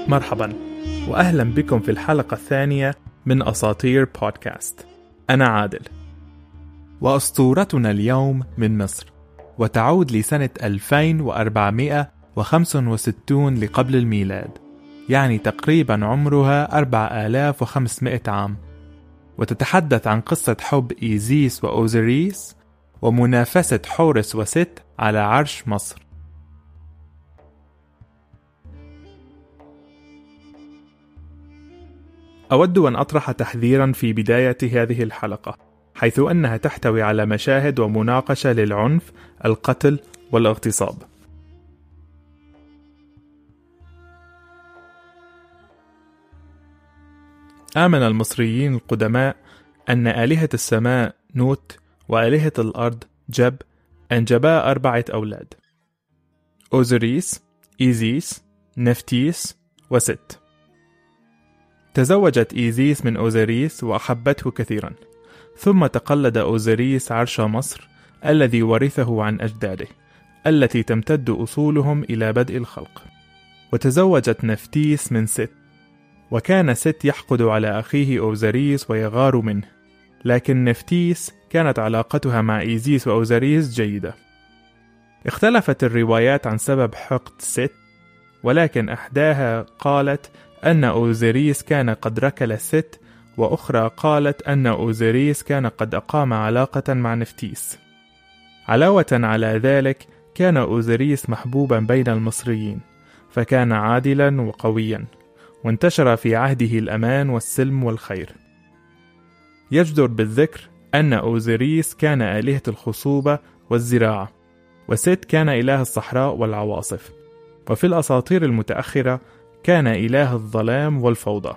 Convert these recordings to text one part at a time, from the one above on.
مرحبا وأهلا بكم في الحلقة الثانية من أساطير بودكاست. أنا عادل، وأسطورتنا اليوم من مصر، وتعود لسنة 2465 لقبل الميلاد، يعني تقريبا عمرها 4500 عام، وتتحدث عن قصة حب إيزيس وأوزيريس ومنافسة حورس وست على عرش مصر. أود أن أطرح تحذيرا في بداية هذه الحلقة، حيث أنها تحتوي على مشاهد ومناقشة للعنف، القتل والاغتصاب. آمن المصريين القدماء أن آلهة السماء نوت وآلهة الأرض جب أنجبا 4 أولاد: أوزيريس، إيزيس، نفتيس وست. تزوجت إيزيس من أوزيريس وأحبته كثيرا، ثم تقلد أوزيريس عرش مصر الذي ورثه عن أجداده التي تمتد أصولهم إلى بدء الخلق. وتزوجت نفتيس من ست، وكان ست يحقد على أخيه أوزيريس ويغار منه، لكن نفتيس كانت علاقتها مع إيزيس وأوزيريس جيدة. اختلفت الروايات عن سبب حقد ست، ولكن إحداها قالت أن أوزيريس كان قد ركل ست، وأخرى قالت أن أوزيريس كان قد أقام علاقة مع نفتيس. علاوة على ذلك، كان أوزيريس محبوبا بين المصريين، فكان عادلا وقويا، وانتشر في عهده الأمان والسلم والخير. يجدر بالذكر أن أوزيريس كان آلهة الخصوبة والزراعة، وست كان إله الصحراء والعواصف، وفي الأساطير المتأخرة كان إله الظلام والفوضى.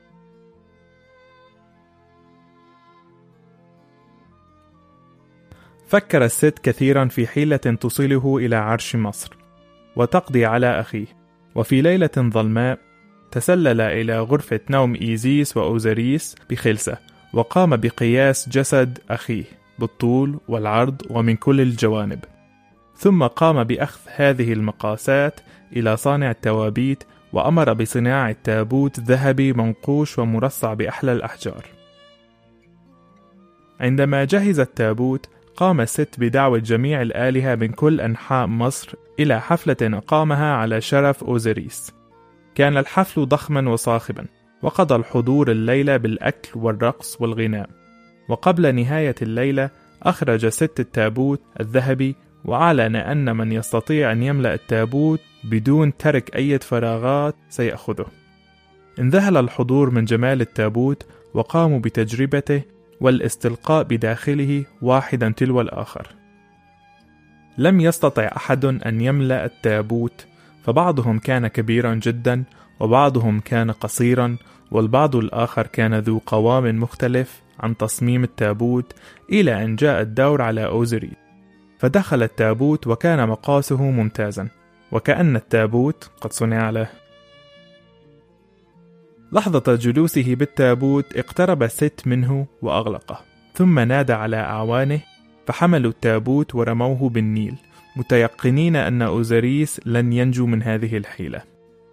فكر الست كثيرا في حيلة تصله إلى عرش مصر وتقضي على أخيه، وفي ليلة ظلماء تسلل إلى غرفة نوم إيزيس وأوزيريس بخلسة، وقام بقياس جسد أخيه بالطول والعرض ومن كل الجوانب، ثم قام بأخذ هذه المقاسات إلى صانع التوابيت، وأمر بصناعة تابوت ذهبي منقوش ومرصع بأحلى الأحجار. عندما جهز التابوت، قام الست بدعوة جميع الآلهة من كل أنحاء مصر إلى حفلة أقامها على شرف أوزيريس. كان الحفل ضخما وصاخبا، وقضى الحضور الليلة بالأكل والرقص والغناء. وقبل نهاية الليلة أخرج ست التابوت الذهبي، وأعلن أن من يستطيع أن يملأ التابوت بدون ترك أي فراغات سيأخذه. انذهل الحضور من جمال التابوت، وقاموا بتجربته والاستلقاء بداخله واحدا تلو الآخر. لم يستطع أحد أن يملأ التابوت، فبعضهم كان كبيرا جدا، وبعضهم كان قصيرا، والبعض الآخر كان ذو قوام مختلف عن تصميم التابوت، إلى أن جاء الدور على أوزيريس، فدخل التابوت وكان مقاسه ممتازا، وكأن التابوت قد صنع له. لحظة جلوسه بالتابوت اقترب ست منه وأغلقه، ثم نادى على أعوانه فحملوا التابوت ورموه بالنيل، متيقنين أن أوزيريس لن ينجو من هذه الحيلة.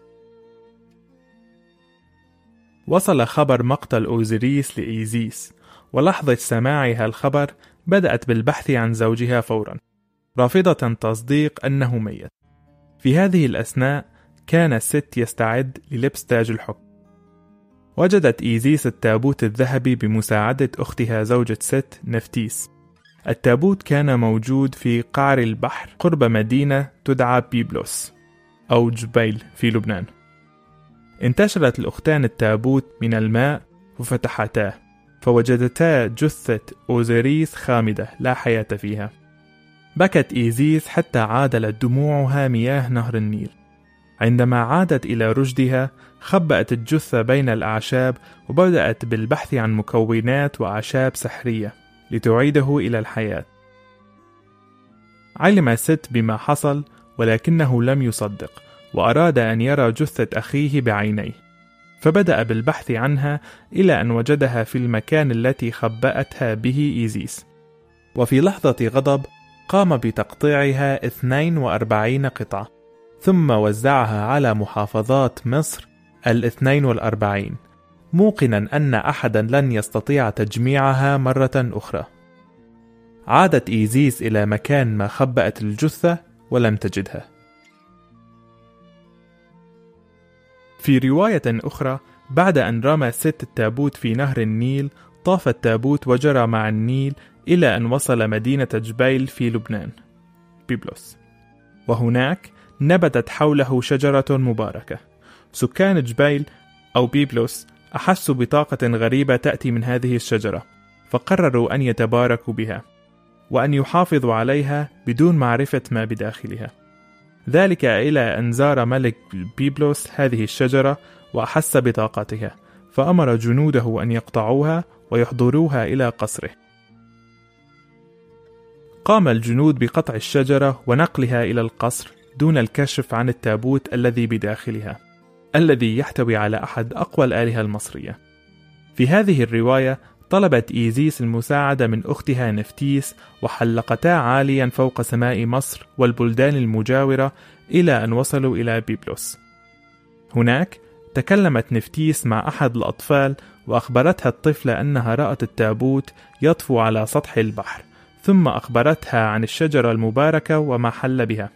وصل خبر مقتل أوزيريس لإيزيس، ولحظة سماعها الخبر بدأت بالبحث عن زوجها فورا، رافضة تصديق أنه ميت. في هذه الأثناء كان الست يستعد للبس تاج الحكم. وجدت إيزيس التابوت الذهبي بمساعدة أختها زوجة ست نفتيس. التابوت كان موجود في قعر البحر قرب مدينة تدعى بيبلوس أو جبيل في لبنان. انتشرت الأختان التابوت من الماء وفتحتاه، فوجدتا جثة أوزيريس خامدة لا حياة فيها. بكت إيزيس حتى عادلت دموعها مياه نهر النيل. عندما عادت إلى رشدها، خبأت الجثة بين الأعشاب، وبدأت بالبحث عن مكونات وأعشاب سحرية لتعيده إلى الحياة. علم ست بما حصل، ولكنه لم يصدق، وأراد أن يرى جثة أخيه بعينيه، فبدأ بالبحث عنها إلى أن وجدها في المكان التي خبأتها به إيزيس. وفي لحظة غضب قام بتقطيعها 42 قطعة، ثم وزعها على محافظات مصر 42 موقنا أن أحدا لن يستطيع تجميعها مرة أخرى. عادت إيزيس إلى مكان ما خبأت الجثة ولم تجدها. في رواية أخرى، بعد أن رمى ست التابوت في نهر النيل، طاف التابوت وجرى مع النيل إلى أن وصل مدينة جبيل في لبنان بيبلس، وهناك نبتت حوله شجرة مباركة. سكان جبيل أو بيبلس أحسوا بطاقة غريبة تأتي من هذه الشجرة، فقرروا أن يتباركوا بها وأن يحافظوا عليها بدون معرفة ما بداخلها، ذلك إلى أن زار ملك بيبلس هذه الشجرة وأحس بطاقتها، فأمر جنوده أن يقطعوها ويحضروها إلى قصره. قام الجنود بقطع الشجرة ونقلها إلى القصر دون الكشف عن التابوت الذي بداخلها، الذي يحتوي على أحد أقوى الآلهة المصرية. في هذه الرواية طلبت إيزيس المساعدة من أختها نفتيس، وحلقتا عاليا فوق سماء مصر والبلدان المجاورة إلى أن وصلوا إلى بيبلس. هناك تكلمت نفتيس مع أحد الأطفال، وأخبرتها الطفلة أنها رأت التابوت يطفو على سطح البحر، ثم أخبرتها عن الشجرة المباركة وما حل بها.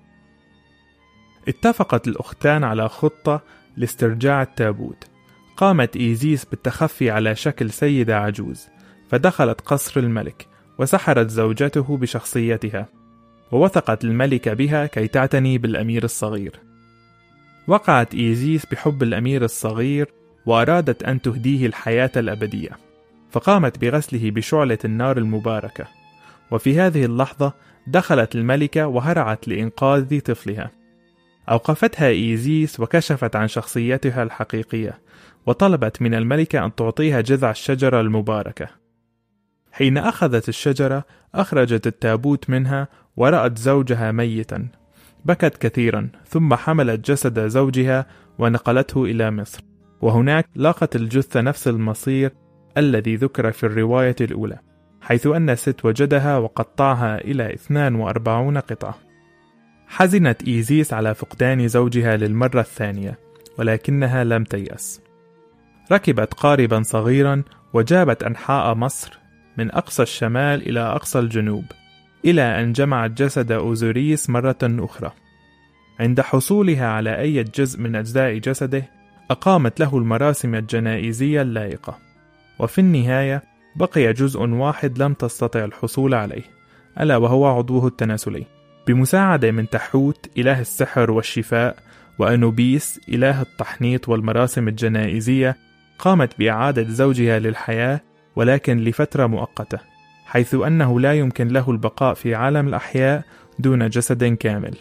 اتفقت الأختان على خطة لاسترجاع التابوت. قامت إيزيس بالتخفي على شكل سيدة عجوز، فدخلت قصر الملك وسحرت زوجته بشخصيتها، ووثقت الملكة بها كي تعتني بالأمير الصغير. وقعت إيزيس بحب الأمير الصغير وأرادت أن تهديه الحياة الأبدية، فقامت بغسله بشعلة النار المباركة. وفي هذه اللحظة دخلت الملكة وهرعت لإنقاذ طفلها. أوقفتها إيزيس وكشفت عن شخصيتها الحقيقية، وطلبت من الملكة أن تعطيها جذع الشجرة المباركة. حين أخذت الشجرة أخرجت التابوت منها ورأت زوجها ميتا، بكت كثيرا، ثم حملت جسد زوجها ونقلته إلى مصر، وهناك لاقت الجثة نفس المصير الذي ذكر في الرواية الأولى، حيث أن ست وجدها وقطعها إلى 42 قطعة. حزنت إيزيس على فقدان زوجها للمرة الثانية، ولكنها لم تيأس. ركبت قاربا صغيرا وجابت أنحاء مصر من أقصى الشمال إلى أقصى الجنوب، إلى أن جمعت جسد أوزوريس مرة أخرى. عند حصولها على أي جزء من أجزاء جسده أقامت له المراسم الجنائزية اللائقة، وفي النهاية بقي جزء واحد لم تستطع الحصول عليه، ألا وهو عضوه التناسلي. بمساعدة من تحوت إله السحر والشفاء وأنوبيس إله التحنيط والمراسم الجنائزية، قامت بإعادة زوجها للحياة، ولكن لفترة مؤقتة، حيث أنه لا يمكن له البقاء في عالم الأحياء دون جسد كامل.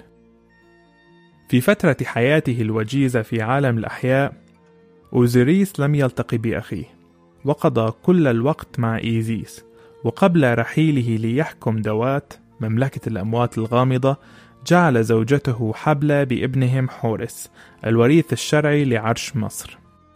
في فترة حياته الوجيزة في عالم الأحياء، أوزوريس لم يلتقي بأخيه، وقضى كل الوقت مع إيزيس، وقبل رحيله ليحكم دوات مملكة الأموات الغامضة، جعل زوجته حبلى بابنهم حورس الوريث الشرعي لعرش مصر.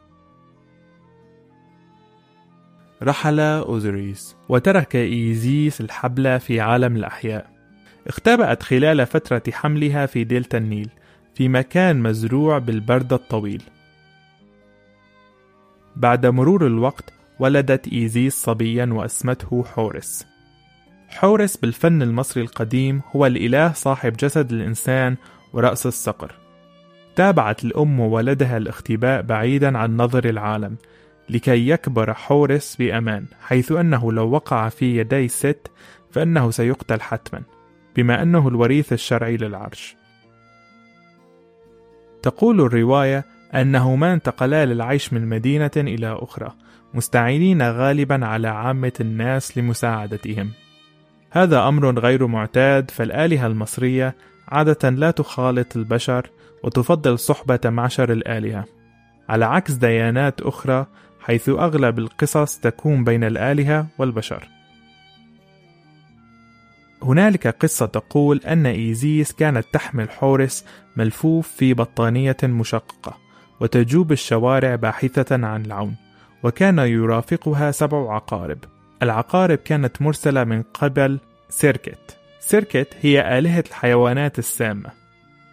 رحل أوزوريس وترك إيزيس الحبلى في عالم الأحياء. اختبأت خلال فترة حملها في دلتا النيل في مكان مزروع بالبرد الطويل. بعد مرور الوقت ولدت إيزيس صبيا واسمته حورس. حورس بالفن المصري القديم هو الإله صاحب جسد الإنسان ورأس الصقر. تابعت الأم وولدها الاختباء بعيدا عن نظر العالم لكي يكبر حورس بأمان، حيث أنه لو وقع في يدي ست فإنه سيقتل حتما، بما أنه الوريث الشرعي للعرش. تقول الرواية أنهما انتقلا للعيش من مدينة إلى أخرى، مستعينين غالبا على عامة الناس لمساعدتهم. هذا أمر غير معتاد، فالآلهة المصرية عادة لا تخالط البشر وتفضل صحبة معشر الآلهة، على عكس ديانات أخرى حيث أغلب القصص تكون بين الآلهة والبشر. هنالك قصة تقول أن إيزيس كانت تحمل حورس ملفوف في بطانية مشققة وتجوب الشوارع باحثة عن العون، وكان يرافقها 7 عقارب. العقارب كانت مرسلة من قبل سيركت. سيركت هي آلهة الحيوانات السامة،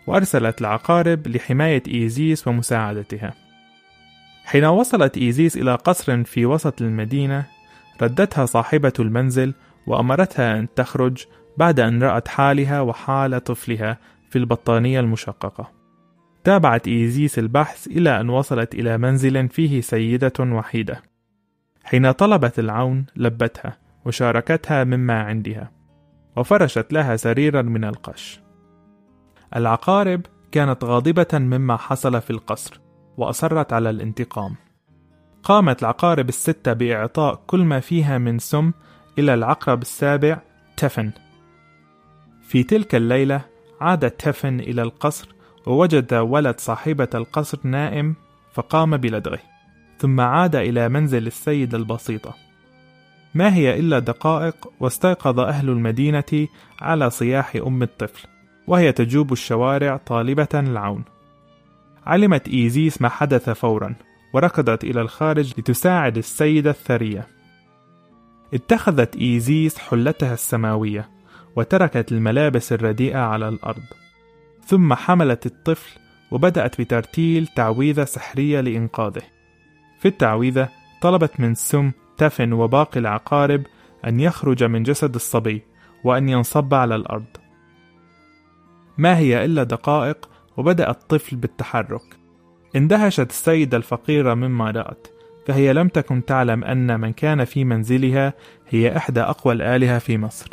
وأرسلت العقارب لحماية إيزيس ومساعدتها. حين وصلت إيزيس إلى قصر في وسط المدينة، ردتها صاحبة المنزل وأمرتها أن تخرج بعد أن رأت حالها وحال طفلها في البطانية المشققة. تابعت إيزيس البحث إلى أن وصلت إلى منزل فيه سيدة وحيدة. حين طلبت العون لبتها وشاركتها مما عندها، وفرشت لها سريرا من القش. العقارب كانت غاضبة مما حصل في القصر وأصرت على الانتقام. قامت العقارب الستة بإعطاء كل ما فيها من سم إلى العقرب السابع تفن. في تلك الليلة عاد تفن إلى القصر ووجد ولد صاحبة القصر نائم، فقام بلدغه، ثم عاد إلى منزل السيدة البسيطة. ما هي إلا دقائق واستيقظ أهل المدينة على صياح أم الطفل وهي تجوب الشوارع طالبة العون. علمت إيزيس ما حدث فورا وركضت إلى الخارج لتساعد السيدة الثرية. اتخذت إيزيس حلتها السماوية وتركت الملابس الرديئة على الأرض، ثم حملت الطفل وبدأت بترتيل تعويذة سحرية لإنقاذه. في التعويذة طلبت من سم تفن وباقي العقارب أن يخرج من جسد الصبي وأن ينصب على الأرض. ما هي إلا دقائق وبدأ الطفل بالتحرك. اندهشت السيدة الفقيرة مما رأت، فهي لم تكن تعلم أن من كان في منزلها هي إحدى أقوى الآلهة في مصر.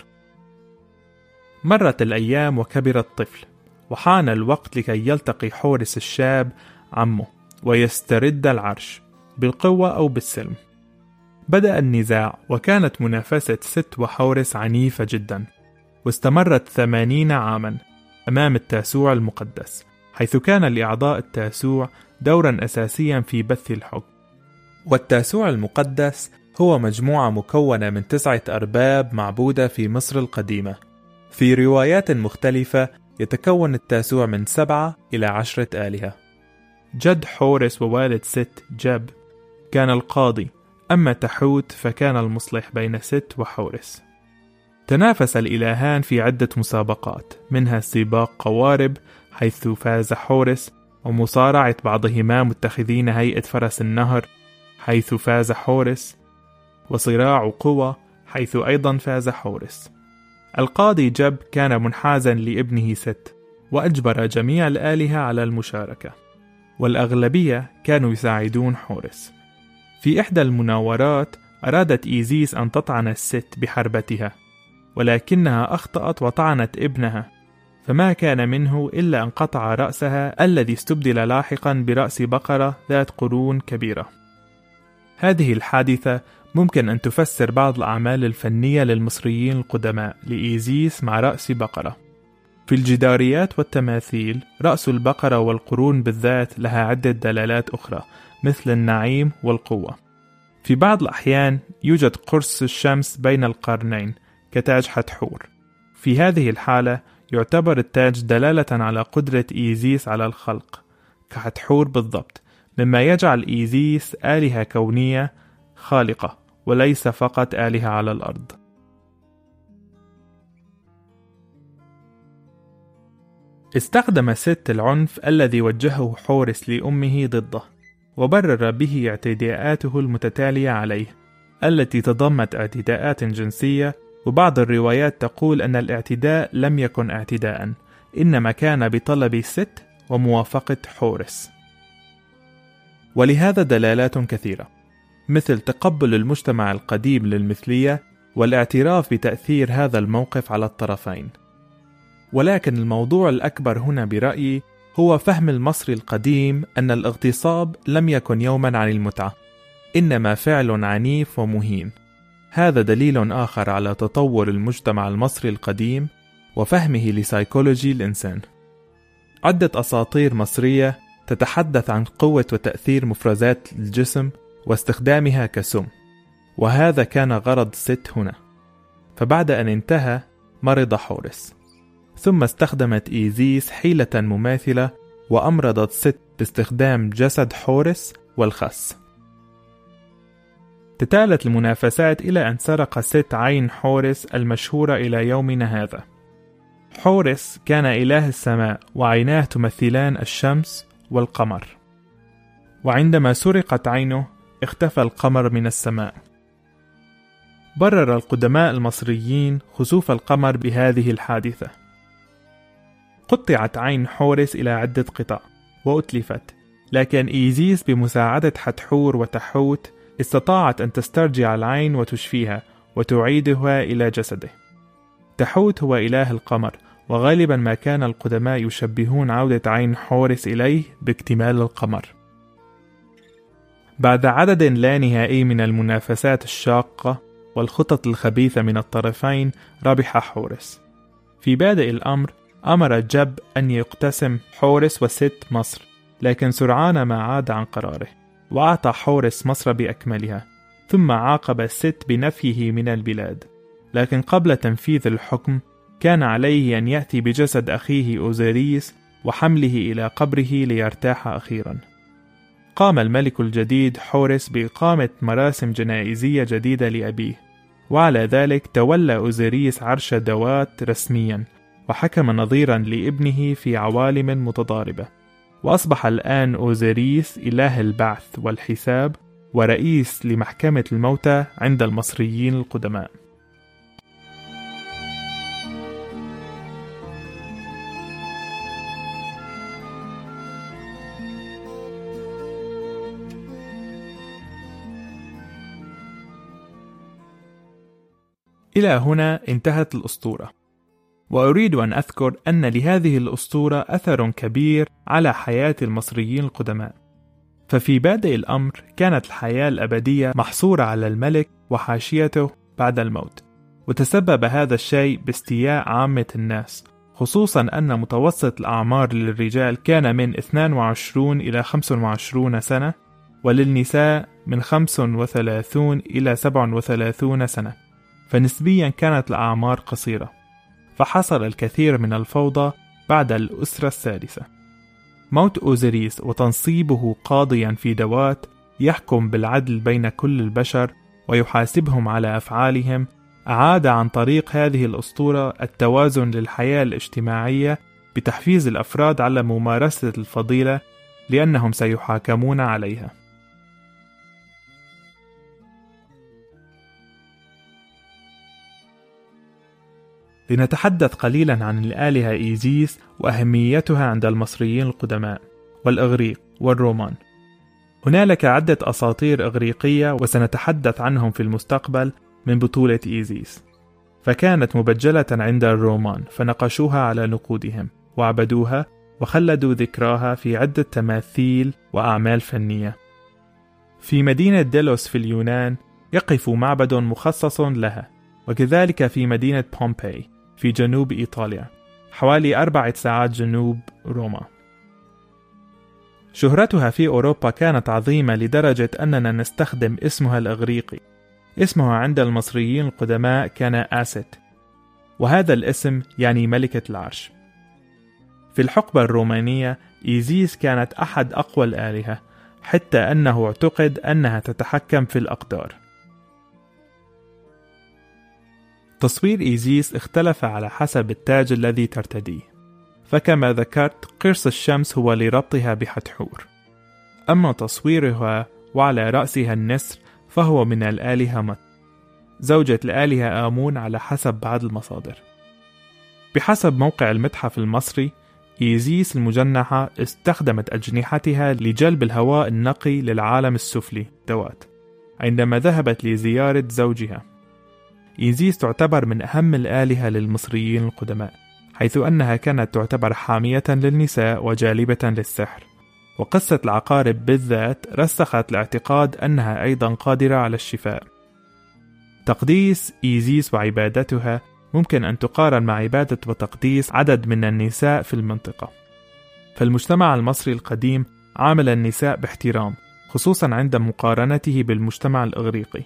مرت الأيام وكبر الطفل، وحان الوقت لكي يلتقي حورس الشاب عمه ويسترد العرش بالقوة أو بالسلم. بدأ النزاع، وكانت منافسة ست وحورس عنيفة جدا، واستمرت 80 عاما أمام التاسوع المقدس، حيث كان لأعضاء التاسوع دورا أساسيا في بث الحكم. والتاسوع المقدس هو مجموعة مكونة من 9 أرباب معبودة في مصر القديمة. في روايات مختلفة يتكون التاسوع من 7 إلى 10 آلهة. جد حورس ووالد ست جب كان القاضي، أما تحوت فكان المصلح بين ست وحورس. تنافس الإلهان في عدة مسابقات، منها سباق قوارب حيث فاز حورس، ومصارعة بعضهما متخذين هيئة فرس النهر حيث فاز حورس، وصراع قوى حيث أيضا فاز حورس. القاضي جب كان منحازا لابنه ست، وأجبر جميع الآلهة على المشاركة، والأغلبية كانوا يساعدون حورس. في إحدى المناورات أرادت إيزيس أن تطعن الست بحربتها، ولكنها أخطأت وطعنت ابنها، فما كان منه إلا أن قطع رأسها الذي استبدل لاحقا برأس بقرة ذات قرون كبيرة. هذه الحادثة ممكن أن تفسر بعض الأعمال الفنية للمصريين القدماء لإيزيس مع رأس بقرة. في الجداريات والتماثيل رأس البقرة والقرون بالذات لها عدة دلالات أخرى مثل النعيم والقوة. في بعض الأحيان يوجد قرص الشمس بين القرنين كتاج حتحور. في هذه الحالة يعتبر التاج دلالة على قدرة إيزيس على الخلق كحتحور بالضبط، مما يجعل إيزيس آلهة كونية خالقة وليس فقط آلهة على الأرض. استخدم ست العنف الذي وجهه حورس لأمه ضده، وبرر به اعتداءاته المتتالية عليه التي تضمت اعتداءات جنسية، وبعض الروايات تقول أن الاعتداء لم يكن اعتداء، إنما كان بطلب ست وموافقة حورس. ولهذا دلالات كثيرة، مثل تقبل المجتمع القديم للمثلية والاعتراف بتأثير هذا الموقف على الطرفين. ولكن الموضوع الأكبر هنا برأيي هو فهم المصري القديم أن الاغتصاب لم يكن يوما عن المتعة، إنما فعل عنيف ومهين. هذا دليل آخر على تطور المجتمع المصري القديم وفهمه لسيكولوجي الإنسان. عدة أساطير مصرية تتحدث عن قوة وتأثير مفرزات الجسم واستخدامها كسم، وهذا كان غرض ست هنا. فبعد أن انتهى مرض حورس، ثم استخدمت إيزيس حيلة مماثلة وأمرضت ست باستخدام جسد حورس والخس. تتالت المنافسات إلى أن سرق ست عين حورس المشهورة إلى يومنا هذا. حورس كان إله السماء وعيناه تمثلان الشمس والقمر، وعندما سرقت عينه اختفى القمر من السماء. برر القدماء المصريين خسوف القمر بهذه الحادثة. قطعت عين حورس إلى عدة قطع وأتلفت، لكن إيزيس بمساعدة حتحور وتحوت استطاعت أن تسترجع العين وتشفيها وتعيدها إلى جسده. تحوت هو إله القمر، وغالبا ما كان القدماء يشبهون عودة عين حورس إليه باكتمال القمر. بعد عدد لا نهائي من المنافسات الشاقة والخطط الخبيثة من الطرفين، ربح حورس. في بادئ الأمر أمر جب أن يقتسم حورس وست مصر، لكن سرعان ما عاد عن قراره وأعطى حورس مصر بأكملها، ثم عاقب ست بنفيه من البلاد. لكن قبل تنفيذ الحكم كان عليه أن يأتي بجسد أخيه أوزيريس وحمله إلى قبره ليرتاح أخيرا. قام الملك الجديد حورس بإقامة مراسم جنائزية جديدة لأبيه، وعلى ذلك تولى أوزيريس عرش دوات رسميا، وحكم نظيرا لابنه في عوالم متضاربة، وأصبح الآن أوزيريس إله البعث والحساب ورئيس لمحكمة الموتى عند المصريين القدماء. إلى هنا انتهت الأسطورة، وأريد أن أذكر أن لهذه الأسطورة أثر كبير على حياة المصريين القدماء. ففي بادئ الأمر كانت الحياة الأبدية محصورة على الملك وحاشيته بعد الموت، وتسبب هذا الشيء باستياء عامة الناس، خصوصا أن متوسط الأعمار للرجال كان من 22 إلى 25 سنة، وللنساء من 35 إلى 37 سنة، فنسبيا كانت الأعمار قصيرة. فحصل الكثير من الفوضى بعد الأسرة السادسة. موت أوزيريس وتنصيبه قاضيا في دوات يحكم بالعدل بين كل البشر ويحاسبهم على أفعالهم، أعاد عن طريق هذه الأسطورة التوازن للحياة الاجتماعية بتحفيز الأفراد على ممارسة الفضيلة لأنهم سيحاكمون عليها. لنتحدث قليلا عن الآلهة إيزيس وأهميتها عند المصريين القدماء والإغريق والرومان. هنالك عدة أساطير إغريقية وسنتحدث عنهم في المستقبل من بطولة إيزيس، فكانت مبجلة عند الرومان فنقشوها على نقودهم وعبدوها وخلدوا ذكراها في عدة تماثيل وأعمال فنية. في مدينة ديلوس في اليونان يقف معبد مخصص لها، وكذلك في مدينة بومباي في جنوب إيطاليا حوالي 4 ساعات جنوب روما. شهرتها في أوروبا كانت عظيمة لدرجة أننا نستخدم اسمها الإغريقي. اسمها عند المصريين القدماء كان آست، وهذا الاسم يعني ملكة العرش. في الحقبة الرومانية إيزيس كانت أحد أقوى الآلهة، حتى أنه اعتقد أنها تتحكم في الأقدار. تصوير إيزيس اختلف على حسب التاج الذي ترتديه، فكما ذكرت قرص الشمس هو لربطها بحتحور، أما تصويرها وعلى رأسها النسر فهو من الآلهة مت، زوجة الآلهة آمون على حسب بعض المصادر. بحسب موقع المتحف المصري، إيزيس المجنحة استخدمت أجنحتها لجلب الهواء النقي للعالم السفلي دوات عندما ذهبت لزيارة زوجها. إيزيس تعتبر من أهم الآلهة للمصريين القدماء، حيث أنها كانت تعتبر حامية للنساء وجالبة للسحر، وقصة العقارب بالذات رسخت الاعتقاد أنها أيضا قادرة على الشفاء. تقديس إيزيس وعبادتها ممكن أن تقارن مع عبادة وتقديس عدد من النساء في المنطقة. فالمجتمع المصري القديم عامل النساء باحترام، خصوصا عند مقارنته بالمجتمع الإغريقي.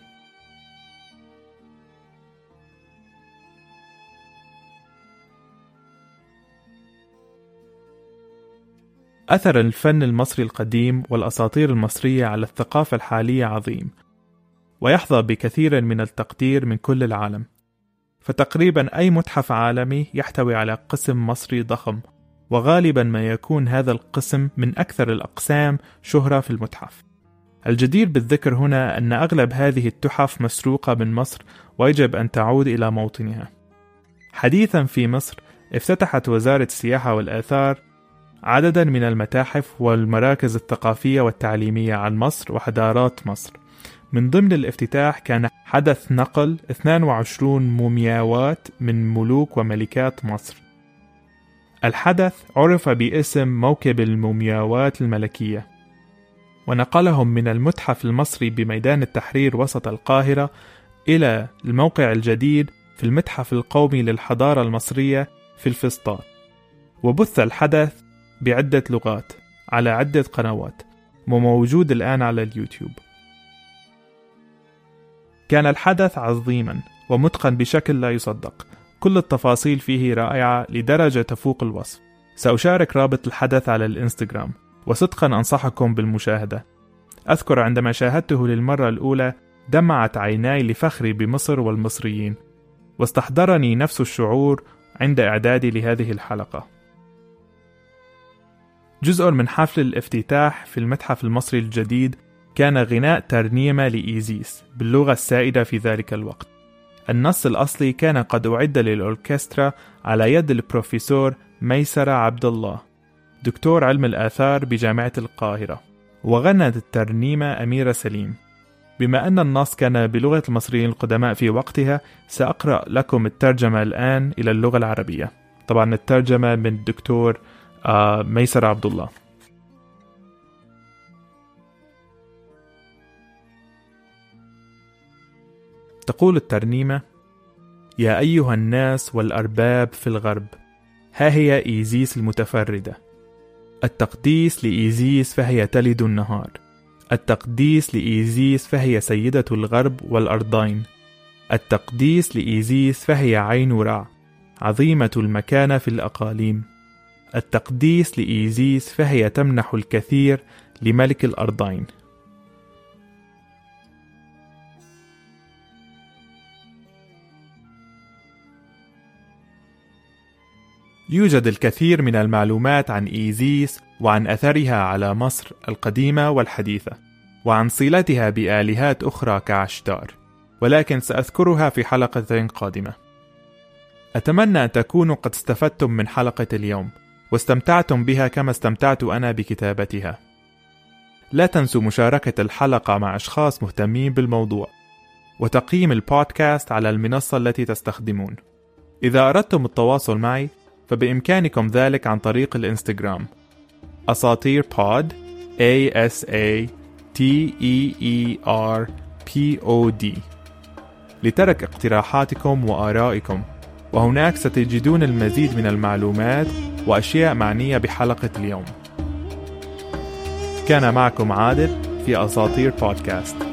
أثر الفن المصري القديم والأساطير المصرية على الثقافة الحالية عظيم، ويحظى بكثير من التقدير من كل العالم. فتقريبا أي متحف عالمي يحتوي على قسم مصري ضخم، وغالبا ما يكون هذا القسم من أكثر الأقسام شهرة في المتحف. الجدير بالذكر هنا أن أغلب هذه التحف مسروقة من مصر ويجب أن تعود إلى موطنها. حديثا في مصر، افتتحت وزارة السياحة والآثار عددا من المتاحف والمراكز الثقافية والتعليمية عن مصر وحضارات مصر. من ضمن الافتتاح كان حدث نقل 22 مومياوات من ملوك وملكات مصر. الحدث عرف باسم موكب المومياوات الملكية، ونقلهم من المتحف المصري بميدان التحرير وسط القاهرة إلى الموقع الجديد في المتحف القومي للحضارة المصرية في الفسطاط. وبث الحدث بعدة لغات على عدة قنوات، وموجود الآن على اليوتيوب. كان الحدث عظيما ومتقن بشكل لا يصدق، كل التفاصيل فيه رائعة لدرجة تفوق الوصف. سأشارك رابط الحدث على الإنستغرام، وصدقا أنصحكم بالمشاهدة. أذكر عندما شاهدته للمرة الأولى دمعت عيناي لفخري بمصر والمصريين، واستحضرني نفس الشعور عند إعدادي لهذه الحلقة. جزء من حفل الافتتاح في المتحف المصري الجديد كان غناء ترنيمة لإيزيس باللغة السائدة في ذلك الوقت. النص الأصلي كان قد أعد للأوركسترا على يد البروفيسور ميسرة عبد الله، دكتور علم الآثار بجامعة القاهرة، وغنت الترنيمة أميرة سليم. بما أن النص كان بلغة المصريين القدماء في وقتها، سأقرأ لكم الترجمة الآن إلى اللغة العربية. طبعا الترجمة من الدكتور ميسرة عبد الله. تقول الترنيمة: يا أيها الناس والأرباب في الغرب، ها هي إيزيس المتفردة. التقديس لإيزيس فهي تلد النهار، التقديس لإيزيس فهي سيدة الغرب والأرضين، التقديس لإيزيس فهي عين رع، عظيمة المكانة في الأقاليم، التقديس لإيزيس فهي تمنح الكثير لملك الأرضين. يوجد الكثير من المعلومات عن إيزيس وعن أثرها على مصر القديمة والحديثة، وعن صلتها بآلهات أخرى كعشتار، ولكن سأذكرها في حلقة قادمة. أتمنى أن تكونوا قد استفدتم من حلقة اليوم واستمتعتم بها كما استمتعت أنا بكتابتها. لا تنسوا مشاركة الحلقة مع أشخاص مهتمين بالموضوع، وتقييم البودكاست على المنصة التي تستخدمون. إذا أردتم التواصل معي فبإمكانكم ذلك عن طريق الإنستغرام أساطير بود ASATEERPOD لترك اقتراحاتكم وآرائكم، وهناك ستجدون المزيد من المعلومات وأشياء معنية بحلقة اليوم. كان معكم عادل في أساطير بودكاست.